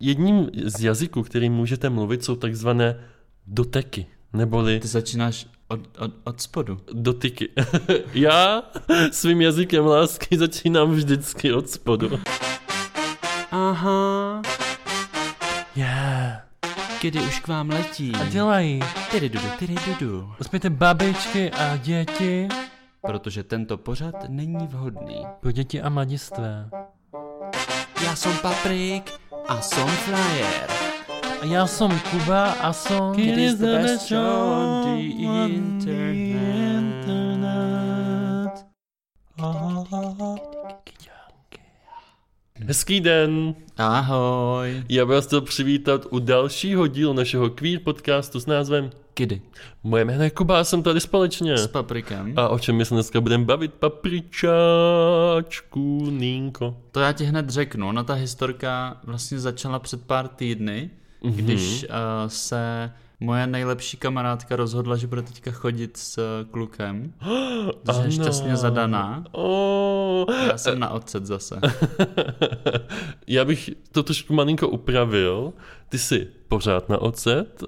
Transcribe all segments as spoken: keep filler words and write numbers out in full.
jedním z jazyků, kterým můžete mluvit, jsou takzvané doteky, neboli... Ty začínáš od, od, od spodu. Dotyky. Já svým jazykem lásky začínám vždycky od spodu. Aha. Yeah. Kdy už k vám letí. A dělají. Tyry dudu, tyry dudu. Uspějte babičky a děti. Protože tento pořad není vhodný. Pro děti a mladistvé. Já jsem Paprik a jsem Flyer. A já jsem Kuba a jsem... It is the best show on the internet. Hezký den. Ahoj. Já bych vás chtěl přivítat u dalšího dílu našeho queer podcastu s názvem Kdy? Moje jméno je Kuba a jsem tady společně. S Paprikem. A o čem my se dneska budeme bavit, papričáčku, Nínko? To já ti hned řeknu. Ona ta historka vlastně začala před pár týdny, mm-hmm. když uh, se moje nejlepší kamarádka rozhodla, že bude teďka chodit s klukem. Takže je šťastně zadaná. Oh. Já jsem na odset zase. Já bych to trošku malinko upravil. Ty jsi pořád na ocet.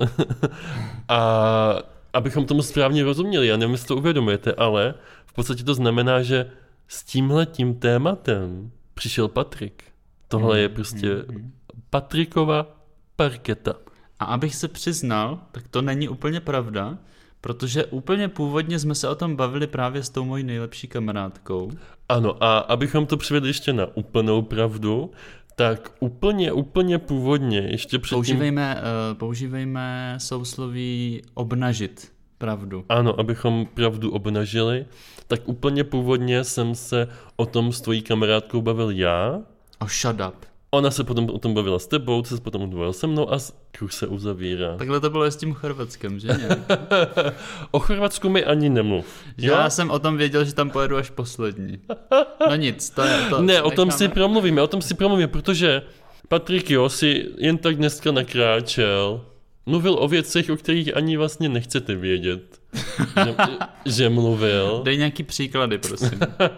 A abychom tomu správně rozuměli, já nevím, jestli to uvědomujete, ale v podstatě to znamená, že s tímhletím tématem přišel Patrik. Tohle je prostě Patrikova parketa. A abych se přiznal, tak to není úplně pravda, protože úplně původně jsme se o tom bavili právě s tou mojí nejlepší kamarádkou. Ano, a abychom to přivedli ještě na úplnou pravdu, tak úplně, úplně původně ještě předtím... Používejme, uh, používejme sousloví obnažit pravdu. Ano, abychom pravdu obnažili, tak úplně původně jsem se o tom s tvojí kamarádkou bavil já. Oh, shut up. Ona se potom o tom bavila s tebou, ty se potom bavil se mnou a kruh se uzavírá. Takhle to bylo s tím Chorvatskem, že ne? O Chorvatsku mi ani nemluv. Já jsem o tom věděl, že tam pojedu až poslední. No nic, to je to. Ne, necháme. o tom si promluvíme, o tom si promluvíme, protože Patrik jo si jen tak dneska nakráčel, mluvil o věcech, o kterých ani vlastně nechcete vědět, že, že mluvil. Dej nějaký příklady, prosím.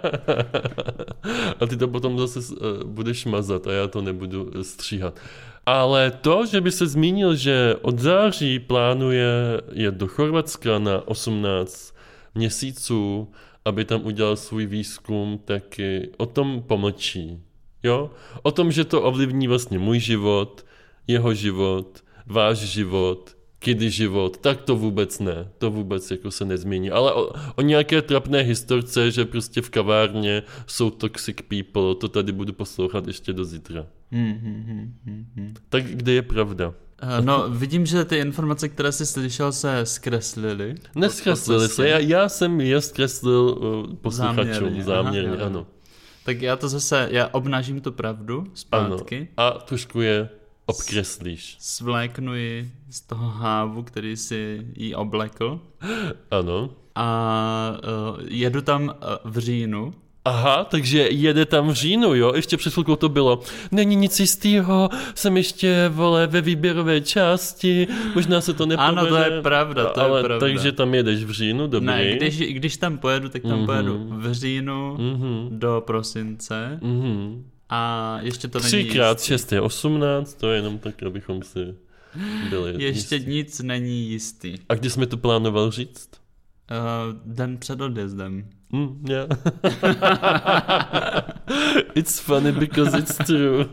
A ty to potom zase uh, budeš mazat a já to nebudu stříhat. Ale to, že by se zmínil, že od září plánuje jet do Chorvatska na osmnáct měsíců, aby tam udělal svůj výzkum, tak o tom pomlčí. Jo? O tom, že to ovlivní vlastně můj život, jeho život, váš život, kdy život, tak to vůbec ne. To vůbec jako se nezmění. Ale o, o nějaké trapné historce, že prostě v kavárně jsou toxic people, to tady budu poslouchat ještě do zítra. Hmm, hmm, hmm, hmm, hmm. Tak kde je pravda? No, vidím, že ty informace, které jsi slyšel, se zkreslily. Neskreslily se, já, já jsem je zkreslil uh, posluchačům, záměrně, záměrně aha, ano. Tak já to zase, já obnažím tu pravdu zpátky. Ano. A trošku je obkreslíš. Svléknu ji z toho hávu, který si jí oblekl. Ano. A uh, jedu tam uh, v říjnu. Aha, takže jede tam v říjnu, jo? Ještě před chvilkou to bylo. Není nic jistýho, jsem ještě, vole, ve výběrové části, možná se to nepovede. Ano, to je pravda, to ale, je pravda. Takže tam jedeš v říjnu, dobrý. Ne, když, když tam pojedu, tak tam mm-hmm. pojedu v říjnu mm-hmm. do prosince. Mm-hmm. A ještě to není třikrát šest je osmnáct, to je jenom tak, abychom si byli ještě jistí. Nic není jistý. A kdy jsme to plánoval říct? Uh, den před odjezdem. Mm, yeah. It's funny because it's true.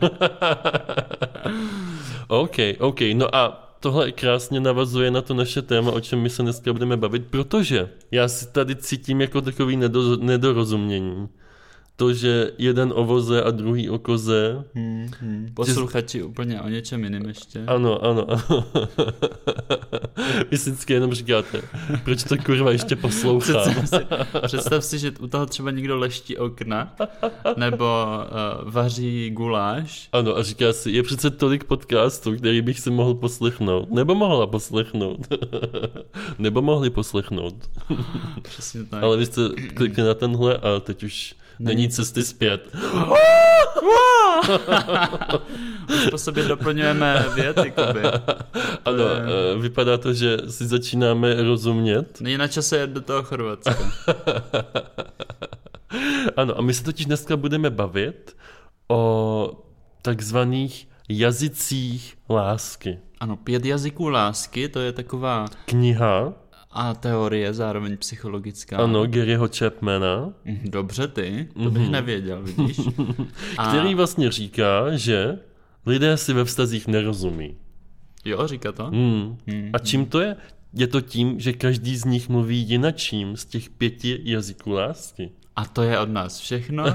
OK, OK, no a tohle krásně navazuje na to naše téma, o čem my se dneska budeme bavit, protože já si tady cítím jako takový nedo, nedorozumění. To, že jeden o voze a druhý o koze. Hmm, hmm. Posluchači že... úplně o něčem jiným ještě. Ano, ano, ano. Vy si vždycky jenom říkáte, proč to kurva ještě poslouchám. Představ si, představ si, že u toho třeba někdo leští okna, nebo uh, vaří guláš. Ano, a říká si, je přece tolik podcastů, který bych si mohl poslechnout. Nebo mohla poslechnout. Nebo mohli poslechnout. Přesně tak. Ale vy jste klikli na tenhle a teď už není, není cesty zpět. Už po sobě doplňujeme věty, Kuby. Ano, je... vypadá to, že si začínáme rozumět. Není na čase jet do toho Chorvatska. Ano, a my se totiž dneska budeme bavit o takzvaných jazycích lásky. Ano, Pět jazyků lásky, to je taková Kniha. A teorie, zároveň psychologická. Ano, Garyho Chapmana. Dobře ty, to bych mm-hmm. nevěděl, vidíš. A... Který vlastně říká, že lidé si ve vztazích nerozumí. Jo, říká to? Hmm. Hmm. A čím to je? Je to tím, že každý z nich mluví jinačím z těch pěti jazyků lásky. A to je od nás všechno?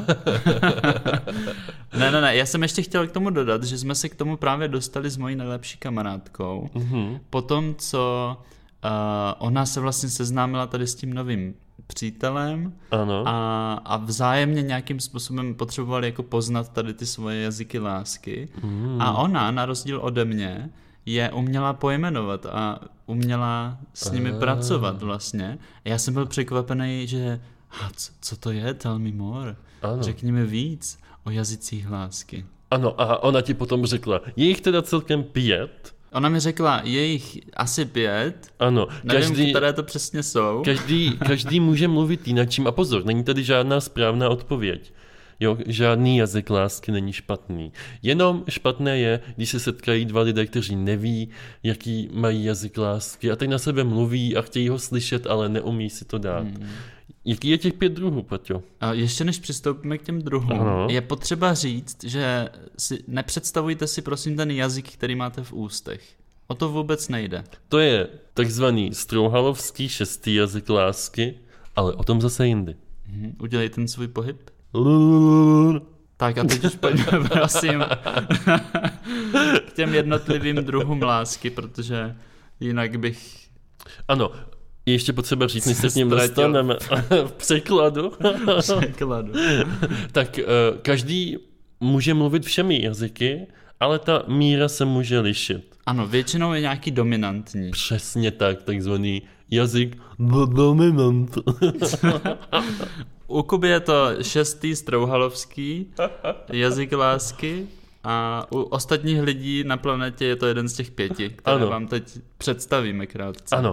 ne, ne, ne, já jsem ještě chtěl k tomu dodat, že jsme se k tomu právě dostali s mojí nejlepší kamarádkou. Mm-hmm. Potom, co uh, ona se vlastně seznámila tady s tím novým přítelem ano. A, a vzájemně nějakým způsobem potřebovali jako poznat tady ty svoje jazyky lásky. Mm. A ona, na rozdíl ode mě, je uměla pojmenovat a uměla s nimi ah. pracovat vlastně. A já jsem byl překvapený, že a co, co to je? Tell me more. Ano. Řekni mi víc o jazycích lásky. Ano, a ona ti potom řekla, je jich teda celkem pět. Ona mi řekla, je jich asi pět. Ano. Nevím, každý, které to přesně jsou. Každý, každý může mluvit jinačím. A pozor, není tady žádná správná odpověď. Jo, žádný jazyk lásky není špatný. Jenom špatné je, když se setkají dva lidé, kteří neví, jaký mají jazyk lásky a teď na sebe mluví a chtějí ho slyšet, ale neumí si to dát. Hmm. Jaký je těch pět druhů, Paťo? A ještě než přistoupíme k těm druhům, ano. Je potřeba říct, že si nepředstavujte si prosím ten jazyk, který máte v ústech. O to vůbec nejde. To je takzvaný strouhalovský šestý jazyk lásky, ale o tom zase jindy. Hmm. Udělej ten svůj pohyb. Tak a teď už pojďme prosím k těm jednotlivým druhům lásky, protože jinak bych... Ano, je ještě potřeba říct, než se k ním dostaneme v překladu. překladu. Tak každý může mluvit všemi jazyky, ale ta míra se může lišit. Ano, většinou je nějaký dominantní. Přesně tak, takzvaný jazyk dominant. U Kuby je to šestý strouhalovský jazyk lásky a u ostatních lidí na planetě je to jeden z těch pěti, které ano. Vám teď představíme krátce. Ano.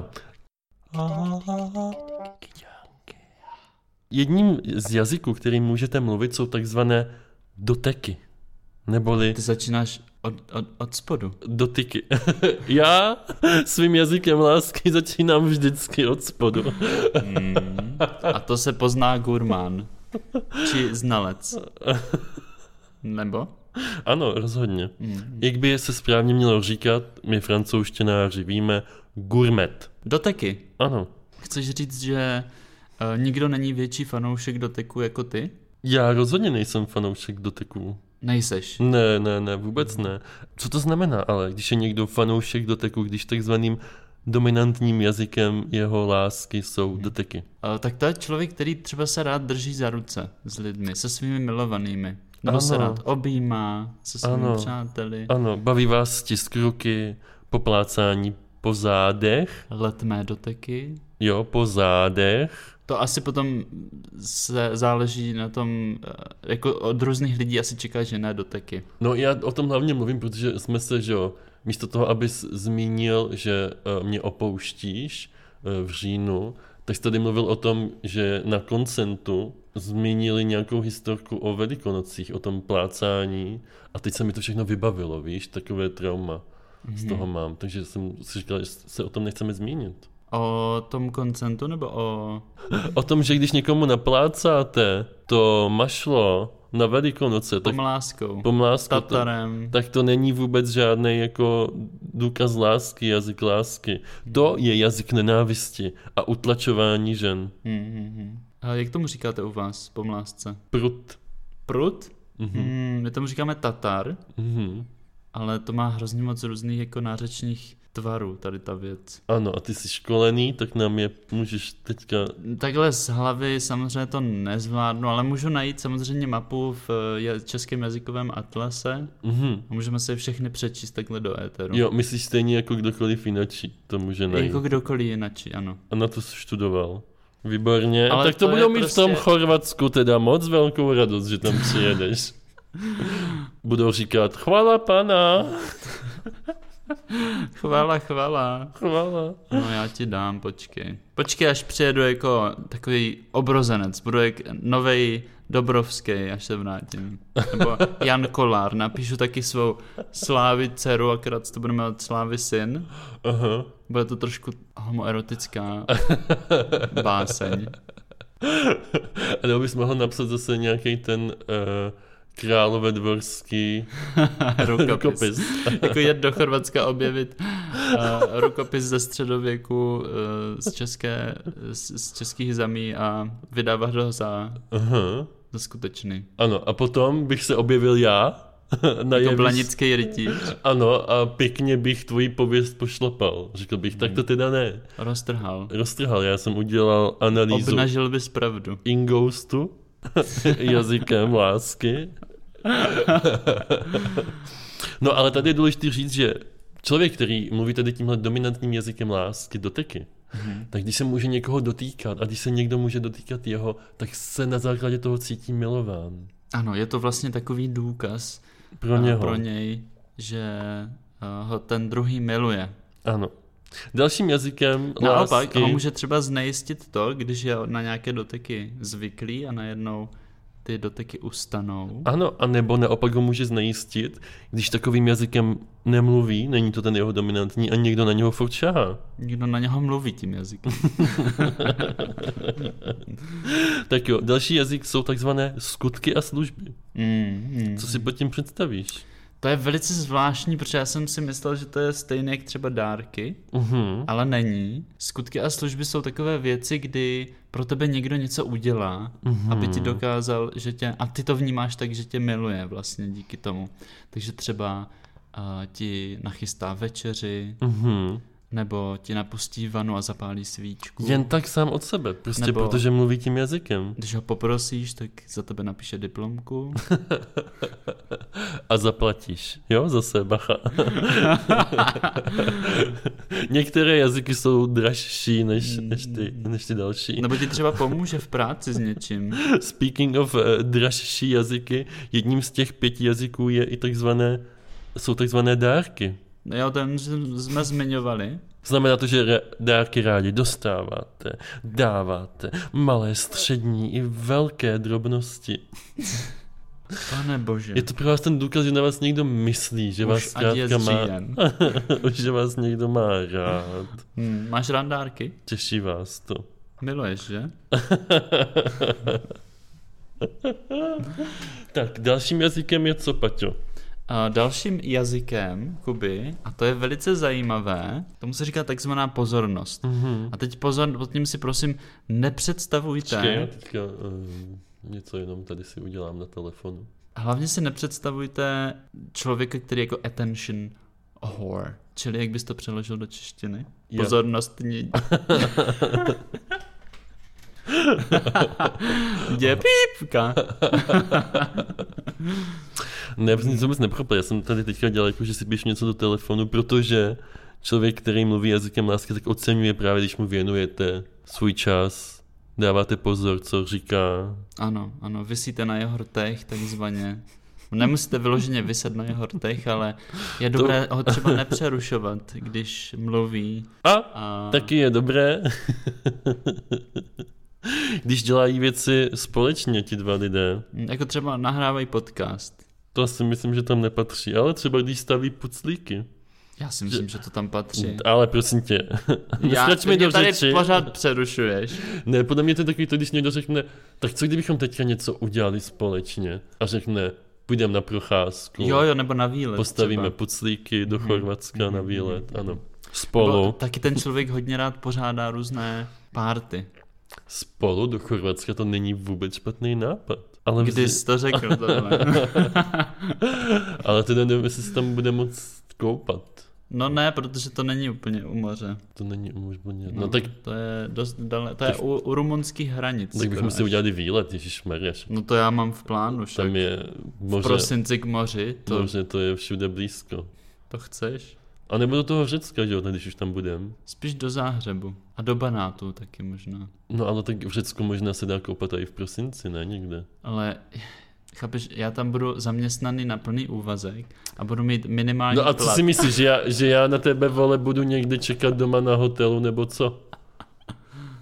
Jedním z jazyků, kterým můžete mluvit, jsou takzvané doteky. Neboli... Ty začínáš od, od, od spodu. Dotyky. Já svým jazykem lásky začínám vždycky od spodu. Hmm. A to se pozná gurmán. Či znalec. Nebo? Ano, rozhodně. Hmm. Jak by se správně mělo říkat, my francouzštěnáři víme, gourmet. Doteky? Ano. Chceš říct, že uh, nikdo není větší fanoušek doteku jako ty? Já rozhodně nejsem fanoušek doteků. Nejseš? Ne, ne, ne, vůbec ne. Co to znamená ale, když je někdo fanoušek doteku, když takzvaným dominantním jazykem jeho lásky jsou doteky? Uh, tak to je člověk, který třeba se rád drží za ruce s lidmi, se svými milovanými. Nebo ano. se rád objímá se svými ano. přáteli. Ano, baví vás stisk ruky, poplácání po zádech. Letmé doteky. Jo, po zádech. To asi potom se záleží na tom, jako od různých lidí asi čeká, že ne doteky. No já o tom hlavně mluvím, protože jsme se, že jo, místo toho, abys zmínil, že mě opouštíš v říjnu, tak jsi tady mluvil o tom, že na koncentu zmínili nějakou historku o Velikonocích, o tom plácání a teď se mi to všechno vybavilo, víš, takové trauma mm-hmm. z toho mám, takže jsem si říkal, že se o tom nechceme zmínit. O tom koncentu nebo o... O tom, že když někomu naplácáte to mašlo na Velikonoce, tak pomláskou, pomláskou tatarem, tak to není vůbec žádný jako důkaz lásky, jazyk lásky. To je jazyk nenávisti a utlačování žen. Hmm, hmm, hmm. A jak tomu říkáte u vás, pomlásce? Prut. Prut? Mm-hmm. Hmm, my tomu říkáme tatar, mm-hmm. ale to má hrozně moc různých jako nářečních tvarů, tady ta věc. Ano, a ty jsi školený, tak nám je můžeš teďka... Takhle z hlavy samozřejmě to nezvládnu, ale můžu najít samozřejmě mapu v českém jazykovém atlase mm-hmm. a můžeme si všechny přečíst takhle do éteru. Jo, myslíš stejně jako kdokoliv jinačí, to může najít. Jako kdokoliv jinačí, ano. A na to jsi študoval. Výborně, ale tak to, to budou mít prostě... v tom Chorvatsku teda moc velkou radost, že tam přijedeš. Budou říkat, chvála pana. Chvála, chvála. Chvála. No já ti dám, počkej. Počkej, až přijedu jako takový obrozenec. Budu jak novej Dobrovský, až se vrátím. Nebo Jan Kolár, napíšu taky svou Slávy dceru, akorát to budeme mít Slávy syn. Aha. Bude to trošku homoerotická báseň. A nebo bys mohl napsat zase nějaký ten uh, královedvorský rukopis. rukopis. Jako jet do Chorvatska objevit uh, rukopis ze středověku uh, z, české, z, z českých zemí a vydávat ho za, Aha. za skutečný. Ano, a potom bych se objevil já. Na Jako blanický rytíř. Ano, a pěkně bych tvoji pověst pošlapal. Řekl bych, tak to teda ne. Roztrhal. Roztrhal, já jsem udělal analýzu. Obnažil bys pravdu. Ingoustu jazykem lásky. No ale tady je důležité říct, že člověk, který mluví tady tímhle dominantním jazykem lásky, doteky, hmm. tak když se může někoho dotýkat a když se někdo může dotýkat jeho, tak se na základě toho cítí milován. Ano, je to vlastně takový důkaz pro, něho. pro něj, že ho ten druhý miluje. Ano. Dalším jazykem Naopak, lásky... ho může třeba znejistit to, když je na nějaké doteky zvyklý a najednou ty doteky ustanou. Ano, a nebo naopak ho může znejistit, když takovým jazykem nemluví, není to ten jeho dominantní a někdo na něho furt šahá. Někdo na něho mluví tím jazykem. Tak jo, další jazyk jsou takzvané skutky a služby. Mm, mm. Co si pod tím představíš? To je velice zvláštní, protože já jsem si myslel, že to je stejné jak třeba dárky, uh-huh. ale není. Skutky a služby jsou takové věci, kdy pro tebe někdo něco udělá, uh-huh. aby ti dokázal, že tě, a ty to vnímáš tak, že tě miluje vlastně díky tomu. Takže třeba uh, ti nachystá večeři, uh-huh. nebo ti napustí vanu a zapálí svíčku. Jen tak sám od sebe, prostě nebo, protože mluví tím jazykem. Když ho poprosíš, tak za tebe napíše diplomku. A zaplatíš, jo, zase, bacha. Některé jazyky jsou dražší než, než, ty, než ty další. Nebo ti třeba pomůže v práci s něčím. Speaking of uh, dražší jazyky, jedním z těch pěti jazyků je i takzvané, jsou takzvané dárky. Jo, ten jsme zmiňovali. Znamená to, že dárky rádi dostáváte, dáváte, malé, střední i velké drobnosti. Pane bože. Je to pro vás ten důkaz, že na vás někdo myslí, že Už vás zkrátka má... že vás někdo má rád. Hmm, máš rád dárky? Těší vás to. Miluješ, že? Tak, dalším jazykem je co, Paťo? A dalším jazykem, Kuby, a to je velice zajímavé, tomu se říká takzvaná pozornost. Mm-hmm. A teď pozor, pod tím si prosím nepředstavujte... Počkej, já teďka uh, něco jenom tady si udělám na telefonu. Hlavně si nepředstavujte člověka, který je jako attention whore. Čili jak bys to přeložil do češtiny? Já. Pozornostní. Jde pípka. Ne, já jsem nic vůbec nepochopil. Já jsem tady teďka dělal, jako, že si píš něco do telefonu, protože člověk, který mluví jazykem lásky, tak oceňuje právě, když mu věnujete svůj čas, dáváte pozor, co říká. Ano, ano, visíte na jeho rtech, takzvaně. Nemusíte vyloženě vyset na jeho rtech, ale je dobré to... ho třeba nepřerušovat, když mluví. A, a... taky je dobré, když dělají věci společně ti dva lidé. Jako třeba nahrávají podcast. To si myslím, že tam nepatří, ale třeba když staví puclíky. Já si myslím, že, že to tam patří. Ale prosím tě, nestrač mi do tady řeči. Pořád přerušuješ. Ne, podle mě to je takový to, když někdo řekne, tak co kdybychom teďka něco udělali společně a řekne, půjdeme na procházku. Jo, jo, nebo na výlet. Postavíme třeba. puclíky do Chorvatska mm-hmm. na výlet, ano. Spolu. Nebo taky ten člověk hodně rád pořádá různé párty. Spolu do Chorvatska to není vůbec špatný nápad. Ale Kdy vzi... jsi to řekl tohle? Ale teda nevím, jestli se tam bude moc koupat. No ne, protože to není úplně u moře. To není u moře. No, no tak... To je dost dale... To je tak... u, u rumunských hranic. Tak bychom si udělali výlet, ježišmarja. No to já mám v plánu však. Tam je moře... V prosinci k moři. To... Moře to je všude blízko. To chceš? A nebo do toho Řecka, že jo, když už tam budem. Spíš do Záhřebu. A do Banátu taky možná. No ale tak v Řecku možná se dá koupat i v prosinci, ne někde. Ale... Chápeš, já tam budu zaměstnaný na plný úvazek a budu mít minimální No a co plat. si myslíš, že já, že já na tebe, vole, budu někde čekat doma na hotelu, nebo co?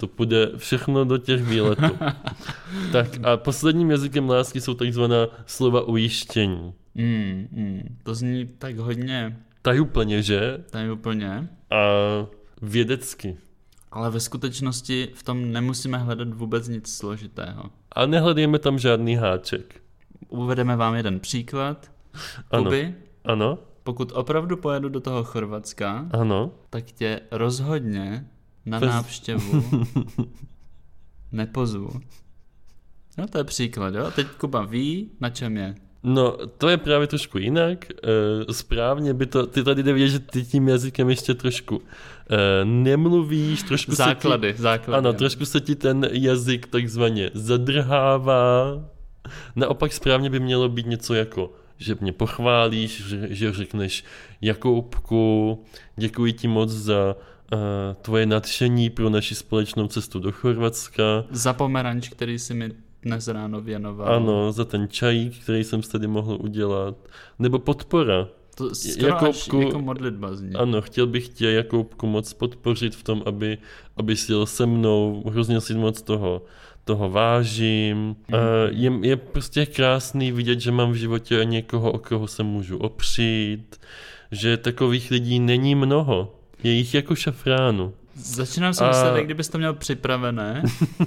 To půjde všechno do těch výletů. Tak a posledním jazykem lásky jsou takzvaná slova ujištění. Mm, mm, to zní tak hodně... Tajuplně, že? Tajuplně. A vědecky. Ale ve skutečnosti v tom nemusíme hledat vůbec nic složitého. A nehledejme tam žádný háček. Uvedeme vám jeden příklad. Ano. Kuby, Ano. pokud opravdu pojedu do toho Chorvatska, Ano. tak tě rozhodně na Bez... návštěvu nepozvu. No to je příklad, jo? Teď Kuba ví, na čem je. No, to je právě trošku jinak. E, správně by to, ty tady jde vidět, že ty tím jazykem ještě trošku e, nemluvíš, trošku základy, se ti, základy. Ano, trošku se ti ten jazyk takzvaně zadrhává. Naopak správně by mělo být něco jako, že mě pochválíš, že, že řekneš Jakoubku, děkuji ti moc za uh, tvoje nadšení pro naši společnou cestu do Chorvatska. Za pomeranč, který si mi dnes ráno věnoval. Ano, za ten čajík, který jsem s tady mohl udělat. Nebo podpora. To skoro Jakoubku, až jako modlitba zní. Ano, chtěl bych tě, Jakoubku, moc podpořit v tom, aby, aby jsi jel se mnou, hrozně si moc toho, toho vážím. Mm. Uh, je, je prostě krásný vidět, že mám v životě někoho, o koho se můžu opřít, že takových lidí není mnoho. Je jich jako šafránu. Začínám si A... myslet, jak kdybys to měl připravené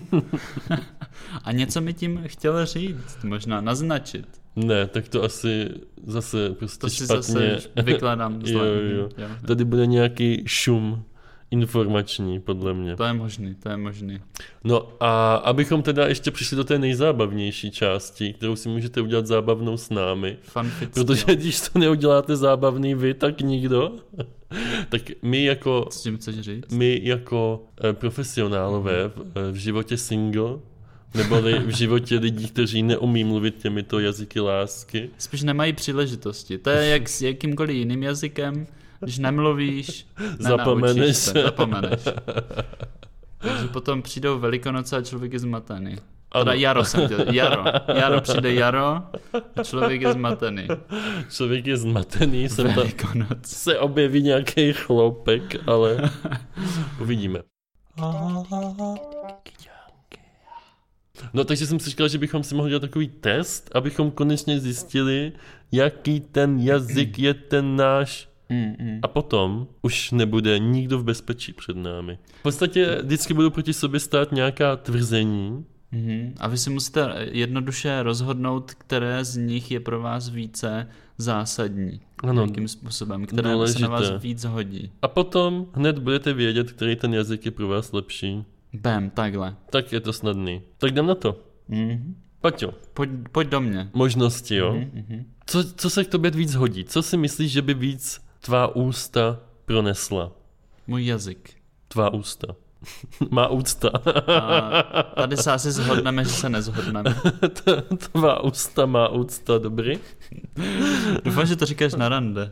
a něco mi tím chtěl říct, možná naznačit. Ne, tak to asi zase prostě to si špatně. Zase vykládám jo, jo. jo. Tady bude nějaký šum informační, podle mě. To je možný, to je možný. No a abychom teda ještě přišli do té nejzábavnější části, kterou si můžete udělat zábavnou s námi. Fanficky, protože jo. Když to neuděláte zábavný vy, tak nikdo. Tak my jako, s tím chceš říct? My jako eh, profesionálové v, eh, v životě single, neboli v životě lidí, kteří neumí mluvit těmito jazyky lásky. Spíš nemají příležitosti. To je jak s jakýmkoliv jiným jazykem. Když nemluvíš, zapomeneš se. Zapomeneš. Takže potom přijdou Velikonoce a člověk je zmatený. Teda Jaro jsem chtěl. Jaro. Jaro přijde Jaro a člověk je zmatený. Člověk je zmatený. Jsem tam se objeví nějaký chlopek, ale uvidíme. No takže jsem si říkal, že bychom si mohli dělat takový test, abychom konečně zjistili, jaký ten jazyk je ten náš. Mm, mm. A potom už nebude nikdo v bezpečí před námi. V podstatě vždycky budou proti sobě stát nějaká tvrzení. Mm-hmm. A vy si musíte jednoduše rozhodnout, které z nich je pro vás více zásadní. Ano, nějakým způsobem, které důležité. Se na vás víc hodí. A potom hned budete vědět, který ten jazyk je pro vás lepší. Bam, takhle. Tak je to snadný. Tak jdem na to. Mm-hmm. Paťo. Pojď, pojď do mě. Možnosti, jo? Mm-hmm. Co, co se k tobě víc hodí? Co si myslíš, že by víc tvá ústa pronesla? Můj jazyk. Tvá ústa. Má úcta. A tady se asi shodneme, že se nezhodneme. Tvá ústa má úcta, dobrý? Doufám, že to říkáš na rande.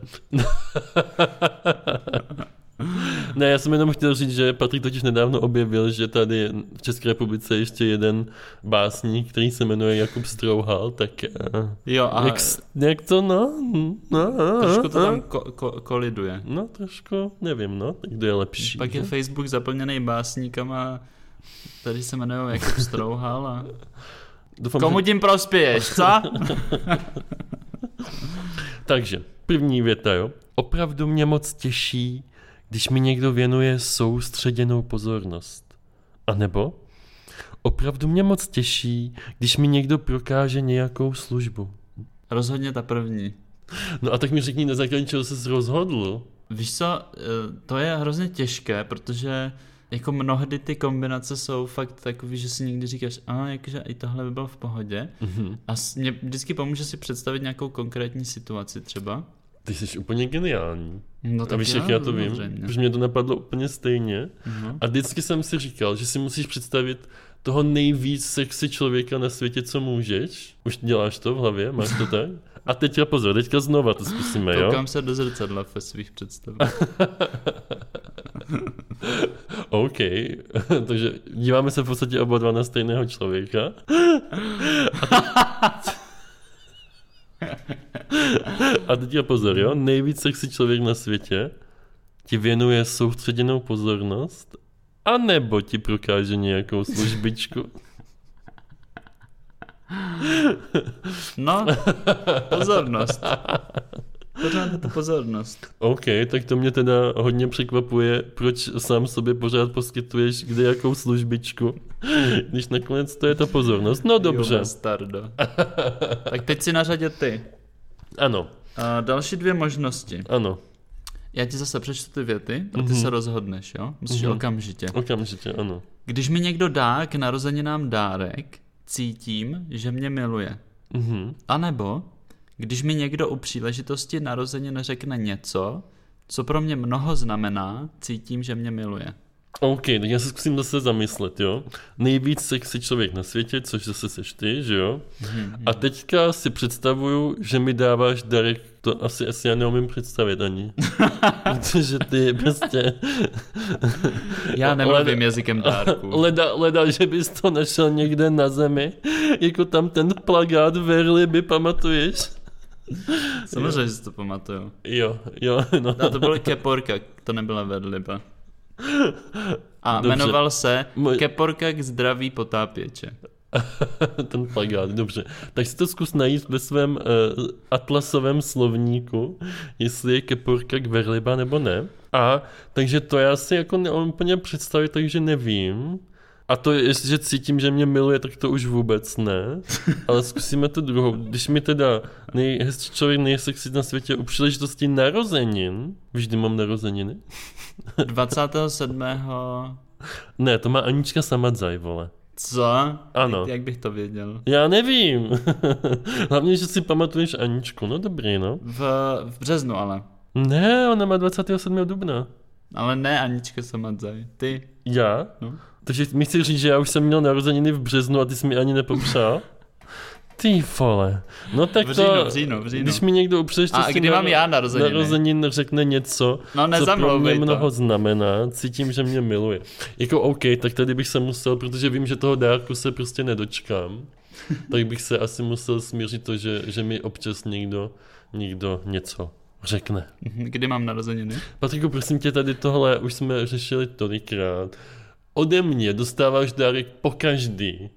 Ne, já jsem jenom chtěl říct, že Patrik totiž nedávno objevil, že tady v České republice je ještě jeden básník, který se jmenuje Jakub Strouhal, tak jo, a jak, jak to, no, no trošku to tam ko- ko- koliduje. No, trošku, nevím, no, tak kdo je lepší. Pak je ne? Facebook zaplněný básníkama, který se jmenuje Jakub Strouhal a doufám, komu že... tím prospěješ, co? Takže, první věta, jo. Opravdu mě moc těší, když mi někdo věnuje soustředěnou pozornost. A nebo opravdu mě moc těší, když mi někdo prokáže nějakou službu. Rozhodně ta první. No a tak mi řekni, na základě čeho jsi rozhodl. Víš co, to je hrozně těžké, protože jako mnohdy ty kombinace jsou fakt takový, že si někdy říkáš, a jakože i tohle by bylo v pohodě. Mm-hmm. A mě vždycky pomůže si představit nějakou konkrétní situaci třeba. Ty jsi úplně geniální. No a víš, jak já to vím? Protože mě to napadlo úplně stejně. Uh-huh. A vždycky jsem si říkal, že si musíš představit toho nejvíc sexy člověka na světě, co můžeš. Už děláš to v hlavě? Máš to tak? A teďka pozor, teďka znova to zkusíme, jo? Koukám se do zrcadla ve svých představách. OK. Takže díváme se v podstatě oba dva na stejného člověka. A teď je pozor, jo? Nejvíc sexy člověk na světě ti věnuje soustředěnou pozornost A nebo ti prokáže nějakou službičku. No, pozornost. Pořád je to pozornost. OK, tak to mě teda hodně překvapuje, proč sám sobě pořád poskytuješ kde jakou službičku, když nakonec to je ta pozornost. No dobře. Jo, stardo. Tak teď si na řadě ty. Ano. A další dvě možnosti. Ano. Já ti zase přečtu ty věty a ty mm-hmm. se rozhodneš, jo? Musíš mm-hmm. okamžitě. Okamžitě, ano. Když mi někdo dá k narozeninám dárek, cítím, že mě miluje. Mm-hmm. A nebo když mi někdo u příležitosti narozenin řekne něco, co pro mě mnoho znamená, cítím, že mě miluje. OK, tak já se zkusím zase zamyslet, jo. Nejvíc sexy člověk na světě, což zase seš ty, že jo. Mm-hmm. A teďka si představuju, že mi dáváš darek, to asi, asi já neumím představit ani. Protože ty prostě... Já nemluvím leda, jazykem dárku. Leda, leda, že bys to našel někde na zemi, jako tam ten plagát Verliby, pamatuješ? Samozřejmě, že si to pamatuju. Jo, jo, no. A to byla Keporka, to nebyla Verliba. A dobře. Jmenoval se Moj... Keporka k zdraví potápěče. Ten plagát, dobře. Tak si to zkus najít ve svém uh, atlasovém slovníku, jestli je Keporka k Verliba nebo ne. A takže to já si jako neumím úplně představit, takže nevím. A to, jestliže cítím, že mě miluje, tak to už vůbec ne. Ale zkusíme to druhou. Když mi teda nejhezčí člověk, nejsexy na světě u příležitosti narozenin, vždy mám narozeniny. dvacátého sedmého Ne, to má Anička Samadzaj, vole. Co? Ano. Jak bych to věděl? Já nevím. Hlavně, že si pamatuješ Aničku, no dobrý, no. V, v březnu ale. Ne, ona má dvacátého sedmého dubna. Ale ne Anička Samadzaj, ty. Já? No. Takže mi chci říct, že já už jsem měl narozeniny v březnu a ty jsi mi ani nepopřál? Ty vole. No tak v říjnu, to, v říjnu, v říjnu. Když mi někdo upřeště a kdy mám já narozeniny? narozenin řekne něco, no, co pro mě to. mnoho znamená, cítím, že mě miluje. Jako OK, tak tady bych se musel, protože vím, že toho dárku se prostě nedočkám, tak bych se asi musel smířit to, že, že mi občas někdo, někdo něco řekne. Kdy mám narozeniny? Patriku, prosím tě, tady tohle už jsme řešili tolikrát. Ode mě dostáváš dárek po každý.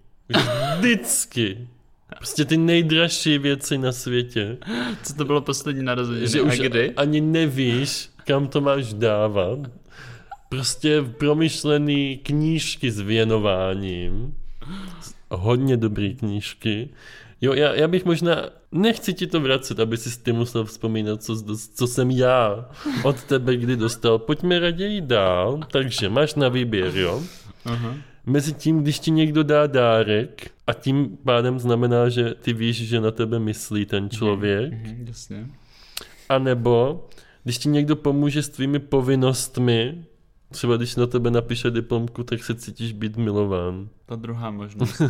Vždycky. Prostě ty nejdražší věci na světě. Co to bylo poslední narozeniny? Že a už kdy? Ani nevíš, kam to máš dávat. Prostě promyšlený knížky s věnováním. Hodně dobrý knížky. Jo, já, já bych možná, nechci ti to vracet, aby si ty musel vzpomínat, co, co jsem já od tebe kdy dostal. Pojďme raději dál, takže máš na výběr, jo? Aha. Mezi tím, když ti někdo dá dárek a tím pádem znamená, že ty víš, že na tebe myslí ten člověk. Mhm, jasně. A nebo když ti někdo pomůže s tvými povinnostmi, třeba když na tebe napíše diplomku, tak se cítíš být milován. Ta druhá možnost.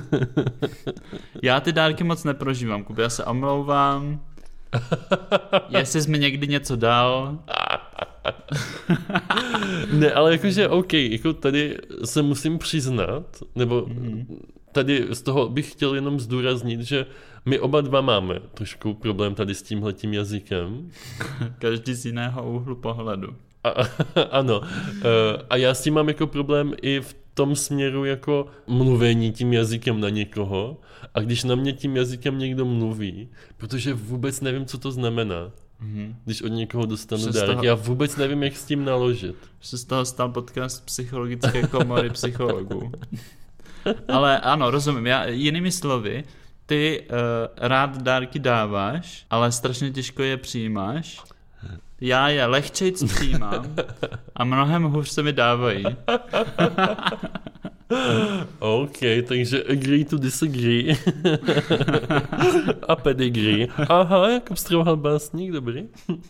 Já ty dárky moc neprožívám, Kuby, já se omlouvám. Jestli jsi mi někdy něco dal. Ne, ale jakože OK, jako tady se musím přiznat, nebo mm-hmm. tady z toho bych chtěl jenom zdůraznit, že my oba dva máme trošku problém tady s tímhletím jazykem. Každý z jiného úhlu pohledu. A, ano. A já s tím mám jako problém i v tom směru jako mluvení tím jazykem na někoho. A když na mě tím jazykem někdo mluví, protože vůbec nevím, co to znamená. Mm-hmm. Když od někoho dostanu Přes dárek, toho... já vůbec nevím, jak s tím naložit. Se z toho stal podcast psychologické komory psychologů. Ale ano, rozumím. Já, jinými slovy, ty uh, rád dárky dáváš, ale strašně těžko je přijímáš. Já je lehčejc přijímám a mnohem hůř se mi dávají. OK, takže agree to disagree. A pedigree. Aha, Jakub Strouhal básník, dobrý.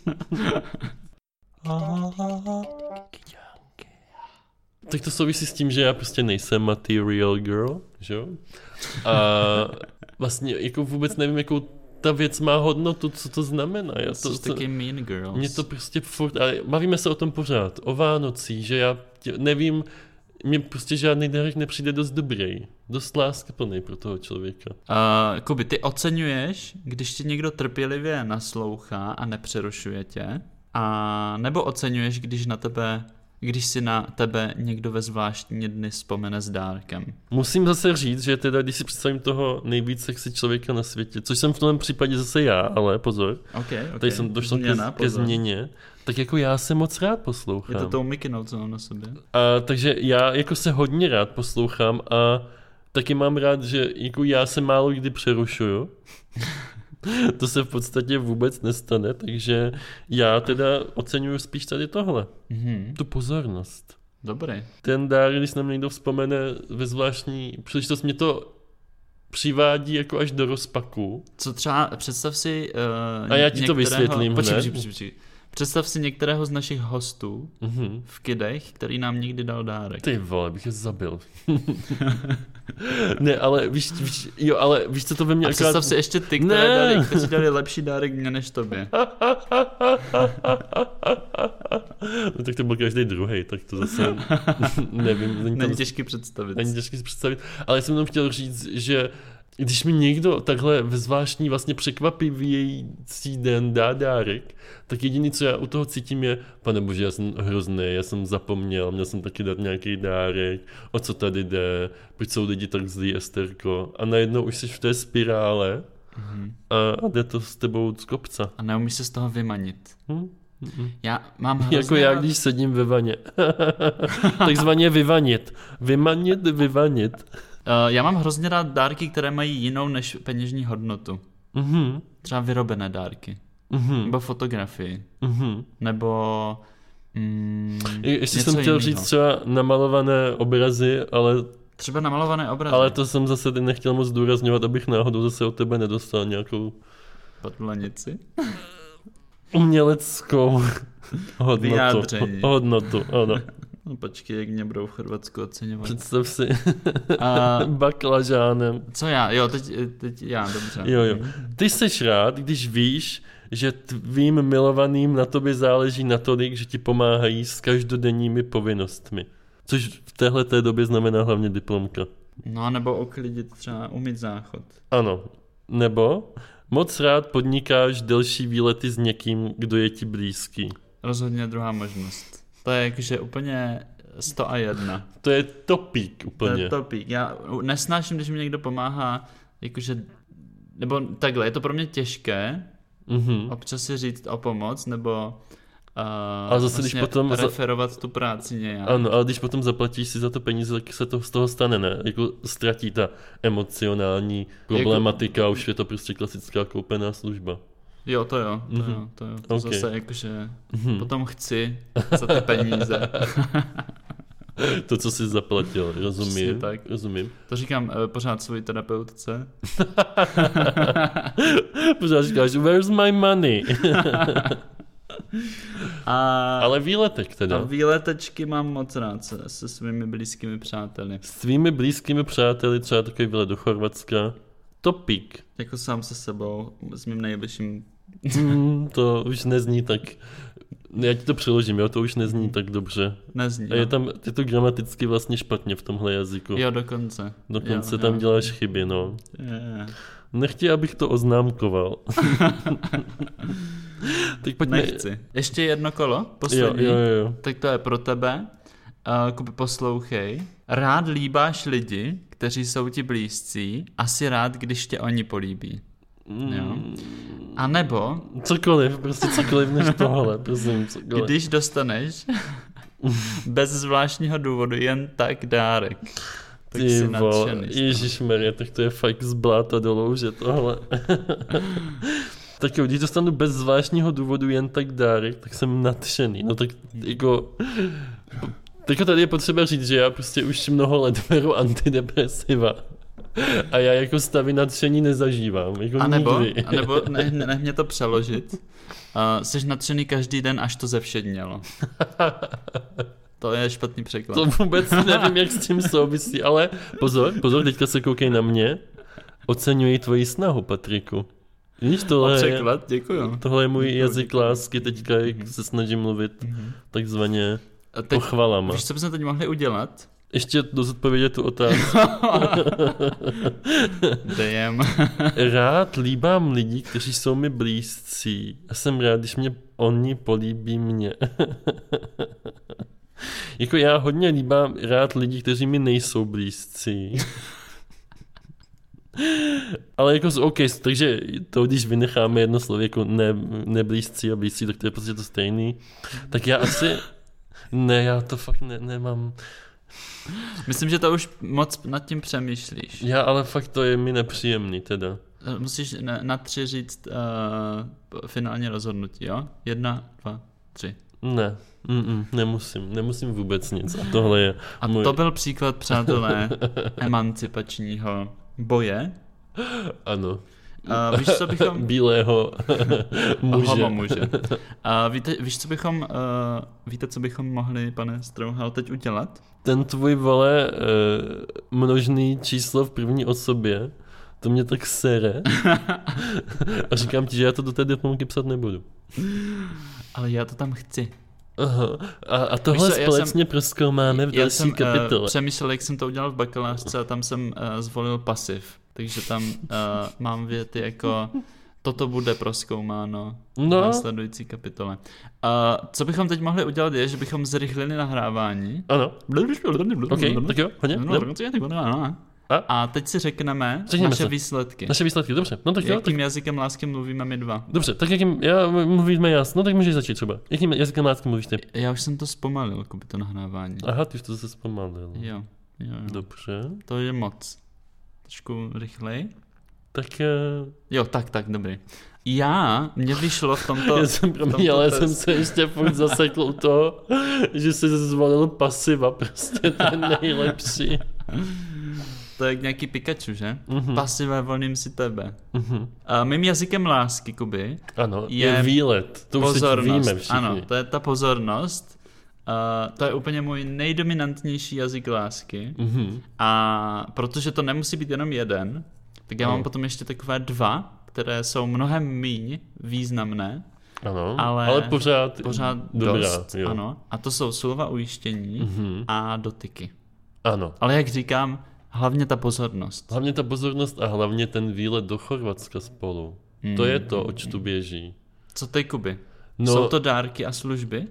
Tak to souvisí s tím, že já prostě nejsem material girl, že jo? A vlastně jako vůbec nevím, jakou ta věc má hodnotu, co to znamená. Já to, to taky mean girls. Mě to prostě furt, ale bavíme se o tom pořád, o Vánocích, že já tě, nevím, mně prostě žádný dárek nepřijde dost dobrý, dost láskyplný pro toho člověka. Uh, Kuby, ty oceňuješ, když ti někdo trpělivě naslouchá a nepřerušuje tě, a nebo oceňuješ, když na tebe když si na tebe někdo ve zvláštní dny vzpomene s dárkem. Musím zase říct, že teda, když si představím toho nejvíc sexy člověka na světě, což jsem v tom případě zase já, ale pozor, okay, okay. tady jsem došel Změna, ke, ke změně, tak jako já se moc rád poslouchám. Je to tou mikinou, co mám na sobě. A, takže já jako se hodně rád poslouchám a taky mám rád, že jako já se málo kdy přerušuju. To se v podstatě vůbec nestane, takže já teda oceňuju spíš tady tohle. Mm-hmm. Tu pozornost. Dobrý. Ten dár, když nám někdo vzpomene ve zvláštní příležitost, mě to přivádí jako až do rozpaku. Co třeba, představ si uh, A já ti to vysvětlím počkej, počkej, počkej, počkej. Představ si některého z našich hostů mm-hmm. v Kidech, který nám někdy dal dárek. Ty vole, bych je zabil. Ne, ale víš, víš, jo, ale víš, co to ve mně A akorát... představ si ještě ty, které dali, kteří dali lepší dárek mě než tobě. No tak to byl každý druhej, tak to zase nevím. Není, není těžký představit. Není těžký představit, ale jsem jenom chtěl říct, že když mi někdo takhle ve zvláštní vlastně překvapivějící den dá dárek, tak jediný, co já u toho cítím je, pane bože, já jsem hrozný, já jsem zapomněl, měl jsem taky dát nějaký dárek, o co tady jde, proč jsou lidi tak zlí, Esterko. A najednou už jsi v té spirále mm-hmm. a, a jde to s tebou z kopca. A neumíš se z toho vymanit. Hm? Já mám hrozně... Jako já, když sedím ve vaně. Takzvaně vyvanit. Vymanit, vyvanit. Uh, já mám hrozně rád dárky, které mají jinou než peněžní hodnotu. Mm-hmm. Třeba vyrobené dárky. Mm-hmm. Nebo fotografii. Mm-hmm. Nebo... Mm, Ještě jsem chtěl říct třeba namalované obrazy, ale... Třeba namalované obrazy. Ale to jsem zase nechtěl moc zdůrazňovat, abych náhodou zase od tebe nedostal nějakou... Podlanici? Uměleckou hodnotu. Vyjádření. Hodnotu, ano. No počkej, jak mě budou v Chorvatsku oceňovat. Představ si A... baklažánem. Co já? Jo, teď, teď já, dobře. Jo, jo. Ty jsi rád, když víš, že tvým milovaným na tobě záleží natolik, že ti pomáhají s každodenními povinnostmi. Což v téhleté době znamená hlavně diplomka. No, nebo uklidit třeba, umýt záchod. Ano. Nebo moc rád podnikáš delší výlety s někým, kdo je ti blízký. Rozhodně druhá možnost. To je jakože úplně sto a jedna. To je topík úplně. To je topík. Já nesnáším, když mi někdo pomáhá, jakože, nebo takhle, je to pro mě těžké, mm-hmm. občas si říct o pomoc, nebo uh, ale zase, vlastně když potom referovat tu práci nějak. Ano, ale když potom zaplatíš si za to peníze, tak se to z toho stane, ne? Jako ztratí ta emocionální problematika, jako... už je to prostě klasická koupená služba. Jo, to jo, to mm-hmm. jo, to jo. To okay. Zase jakože mm-hmm. potom chci za ty peníze. To, co jsi zaplatil, rozumím. Tak. rozumím. To říkám uh, pořád svojí terapeutce. Pořád říkáš, where's my money? A, ale výletek teda. A výletečky mám moc rád se, se svými blízkými přáteli. S tvými blízkými přáteli, třeba takový výlet do Chorvatska. Topík. Jako sám se sebou, s mým nejbližším. Mm, to už nezní tak... Já ti to přeložím, jo, to už nezní tak dobře. Nezní, a je tam, je to gramaticky vlastně špatně v tomhle jazyku. Jo, dokonce. Dokonce jo, tam jo. děláš chyby, no. Yeah. Nechtěj, abych to oznámkoval. Tak pojďme... Nechci. Ještě jedno kolo, poslední. Jo, jo, jo. Tak to je pro tebe. Uh, Kubi, poslouchej. Rád líbáš lidi, kteří jsou ti blízcí, asi rád, když tě oni políbí. Mm. Jo. A nebo... Cokoliv, prostě cokoliv než tohle, prosím, cokoliv. Když dostaneš bez zvláštního důvodu jen tak dárek, tak ty jsi nadšený. Ježišmarja, tak to je fakt z bláta do louže tohle. Tak jo, když dostanu bez zvláštního důvodu jen tak dárek, tak jsem nadšený. No tak jako... Tak tady je potřeba říct, že já prostě už mnoho let beru antidepresiva. A já jako stavy nadšení nezažívám. Jako a nebo, nikdy. a nebo nech, nech mě to přeložit. Uh, jsi nadšený každý den, až to zevšednělo. To je špatný překlad. To vůbec nevím, jak s tím souvisí, ale pozor, pozor, teďka se koukej na mě. Oceňuji tvoji snahu, Patriku. Víš, tohle, překlad, děkuju. Tohle je můj jazyk lásky, teďka jak se snažím mluvit mm-hmm. takzvaně pochvalama. Víš, co bychom teď mohli udělat? Ještě dozodpovědět tu otázku. Damn. Rád líbám lidi, kteří jsou mi blízcí. A jsem rád, když mě oni políbí mě. Jako já hodně líbám rád lidi, kteří mi nejsou blízcí. Ale jako z OK, takže to, když vynecháme jedno slovo jako ne, neblízcí a blízcí, tak to je prostě to stejný. Tak já asi... Ne, já to fakt ne, nemám... Myslím, že to už moc nad tím přemýšlíš. Já ale fakt to je mi nepříjemný teda. Musíš na, na tři říct uh, finální rozhodnutí, jo? Jedna, dva, tři. Ne, Mm-mm, nemusím, nemusím vůbec nic. A tohle je A můj... to byl příklad, přátelé, emancipačního boje. Ano. Uh, víš, co bychom... Bílého muže. Homo muže. Uh, víte, víš, co bychom... Uh, víte, co bychom mohli, pane Strouhal, teď udělat? Ten tvůj, vole, uh, množný číslo v první osobě, to mě tak sere. A říkám ti, že já to do té diplomky psat nebudu. Ale já to tam chci. Aha. A, a tohle co, společně prozkoumáme v další jsem, kapitole. Uh, přemýšlel, jak jsem to udělal v bakalářce a tam jsem uh, zvolil pasiv. Takže tam uh, mám věty jako toto bude prozkoumáno no. v následující kapitole. Uh, co bychom teď mohli udělat je, že bychom zrychlili nahrávání. Ano. Ok, tak jo, hodně. A? a teď si řekneme Řekněme naše se. výsledky. Naše výsledky, dobře. No tak jo, Jakým tak... jazykem lásky mluvíme my dva? Dobře, tak jakým, já mluvíme jasno, tak můžeš začít třeba. Jakým jazykem lásky mluvíš ty? Já už jsem to zpomalil, jako by to nahrávání. Aha, ty už to zase zpomalil. Jo, jo, jo. Dobře. To je moc. Trošku rychlej. Tak... Uh... Jo, tak, tak, dobrý. Já, mě vyšlo v tomto... Já jsem, promiň, ale jsem se ještě furt zasekl u toho, že jsi zvolil pasiva, prostě ten nejlepší. To je nějaký Pikachu, že? Mm-hmm. Pasivé, volím si tebe. Mm-hmm. A mým jazykem lásky, Kuby, ano, je, je výlet. To už teď víme všichni. Ano, to je ta pozornost. Uh, to je úplně můj nejdominantnější jazyk lásky. Mm-hmm. A protože to nemusí být jenom jeden, tak já ano. mám potom ještě takové dva, které jsou mnohem míň významné. Ano, ale, ale pořád, pořád dobrá, dost. jo. Ano. A to jsou slova ujištění mm-hmm. a dotyky. Ano. Ale jak říkám, hlavně ta pozornost. Hlavně ta pozornost a hlavně ten výlet do Chorvatska spolu. Mm. To je to, oč tu běží. Co ty, Kuby? No, jsou to dárky a služby?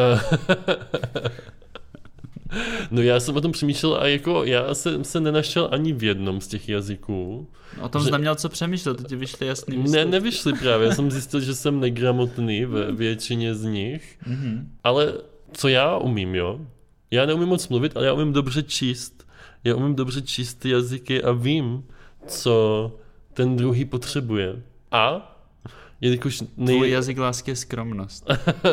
No já jsem o tom přemýšlel a jako já jsem se nenašel ani v jednom z těch jazyků. O tom že... jsi neměl co přemýšlet, to ti vyšly jasný výsledky. Ne, nevyšly právě, já jsem zjistil, že jsem negramotný ve většině z nich. Mm-hmm. Ale co já umím, jo? Já neumím moc mluvit, ale já umím dobře číst. Já umím dobře číst ty jazyky a vím, co ten druhý potřebuje. A jelikož nej... Tvůj jazyk lásky je skromnost.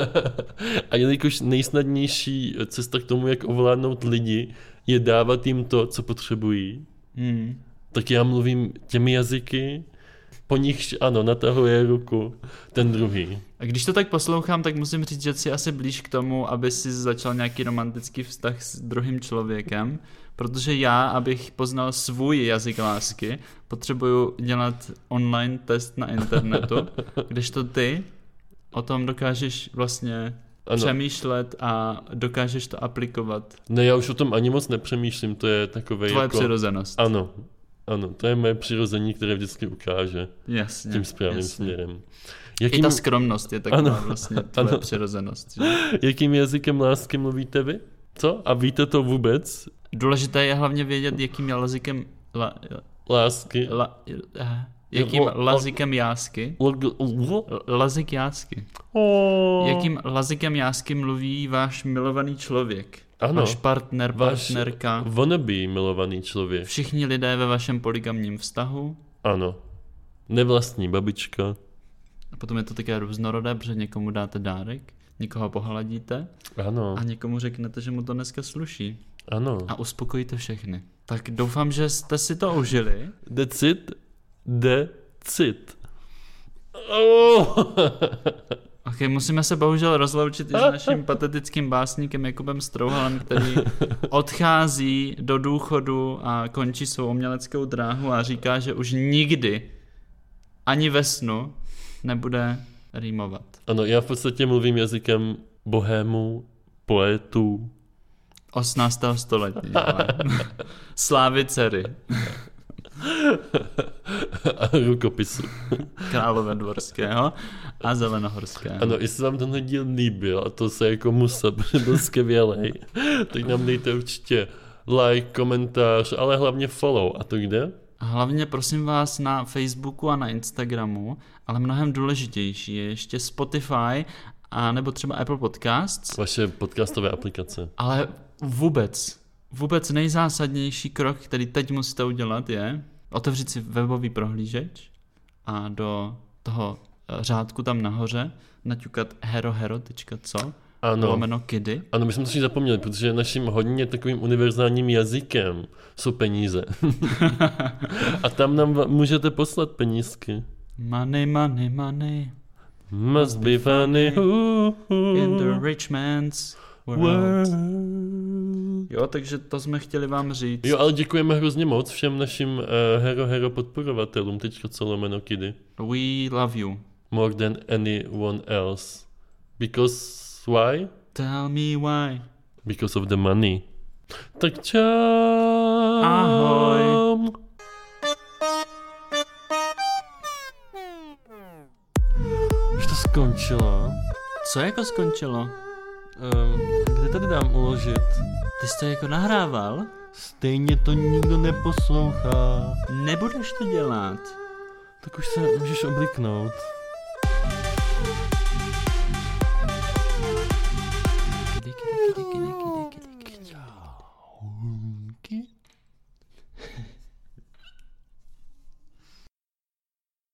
A jelikož nejsnadnější cesta k tomu, jak ovládnout lidi, je dávat jim to, co potřebují, hmm. tak já mluvím těmi jazyky, po nichž, ano, natahuje ruku ten druhý. A když to tak poslouchám, tak musím říct, že jsi asi blíž k tomu, aby si začal nějaký romantický vztah s druhým člověkem, protože já, abych poznal svůj jazyk lásky, potřebuju dělat online test na internetu, kdežto ty o tom dokážeš vlastně ano. přemýšlet a dokážeš to aplikovat. Ne, já už o tom ani moc nepřemýšlím, to je takové Tvoje jako... přirozenost. Ano, ano, to je moje přirození, které vždycky ukáže jasně, tím správným jasně. směrem. Jakým... I ta skromnost je taková ano. vlastně tvoje ano. přirozenost. Že? Jakým jazykem lásky mluvíte vy? Co? A víte to vůbec? Důležité je hlavně vědět, jakým jazykem la, lásky. La, jakým jazykem jásky. Lazyk jásky. Jakým jazykem jásky mluví váš milovaný člověk? Ano. Váš partner, partnerka. Váš wannabe milovaný člověk. Všichni lidé ve vašem polygamním vztahu. Ano. Nevlastní babička. A potom je to také různorodé, protože někomu dáte dárek, někoho pohladíte. Ano. A někomu řeknete, že mu to dneska sluší. Ano. A uspokojíte všechny. Tak doufám, že jste si to užili. Decid, decid. Oh. Ok, musíme se bohužel rozloučit i s naším patetickým básníkem Jakubem Strouhalem, který odchází do důchodu a končí svou uměleckou dráhu a říká, že už nikdy ani ve snu nebude rýmovat. Ano, já v podstatě mluvím jazykem bohémů, poetů. osmnáctého století. Slávy dcery. A rukopisu. Králové dvorského a zelenohorského. Ano, jestli vám tenhle díl líbil, a to se jako musel, protože byl skvělej, tak nám dejte určitě like, komentář, ale hlavně follow. A to kde? A hlavně prosím vás na Facebooku a na Instagramu, ale mnohem důležitější je ještě Spotify a nebo třeba Apple Podcasts. Vaše podcastové aplikace. Ale vůbec, vůbec nejzásadnější krok, který teď musíte udělat, je otevřít si webový prohlížeč a do toho řádku tam nahoře naťukat herohero tečka co Ano. lomeno kidy. Ano, my jsme to si zapomněli, protože naším hodně takovým univerzálním jazykem jsou peníze. A tam nám va- můžete poslat penízky. Money, money, money. Must be funny. Uh, uh, In the rich man's world. world. Jo, takže to jsme chtěli vám říct. Jo, ale děkujeme hrozně moc všem našim uh, hero hero podporovatelům. Tečka co lomeno kidy. We love you. More than anyone else. Because why? Tell me why. Because of the money. Tak čau. Ahoj. Už to skončilo. Co jako skončilo? Um, kde tady dám uložit? Ty jsi to jako nahrával? Stejně to nikdo neposlouchá. Nebudeš to dělat. Tak už se můžeš obliknout.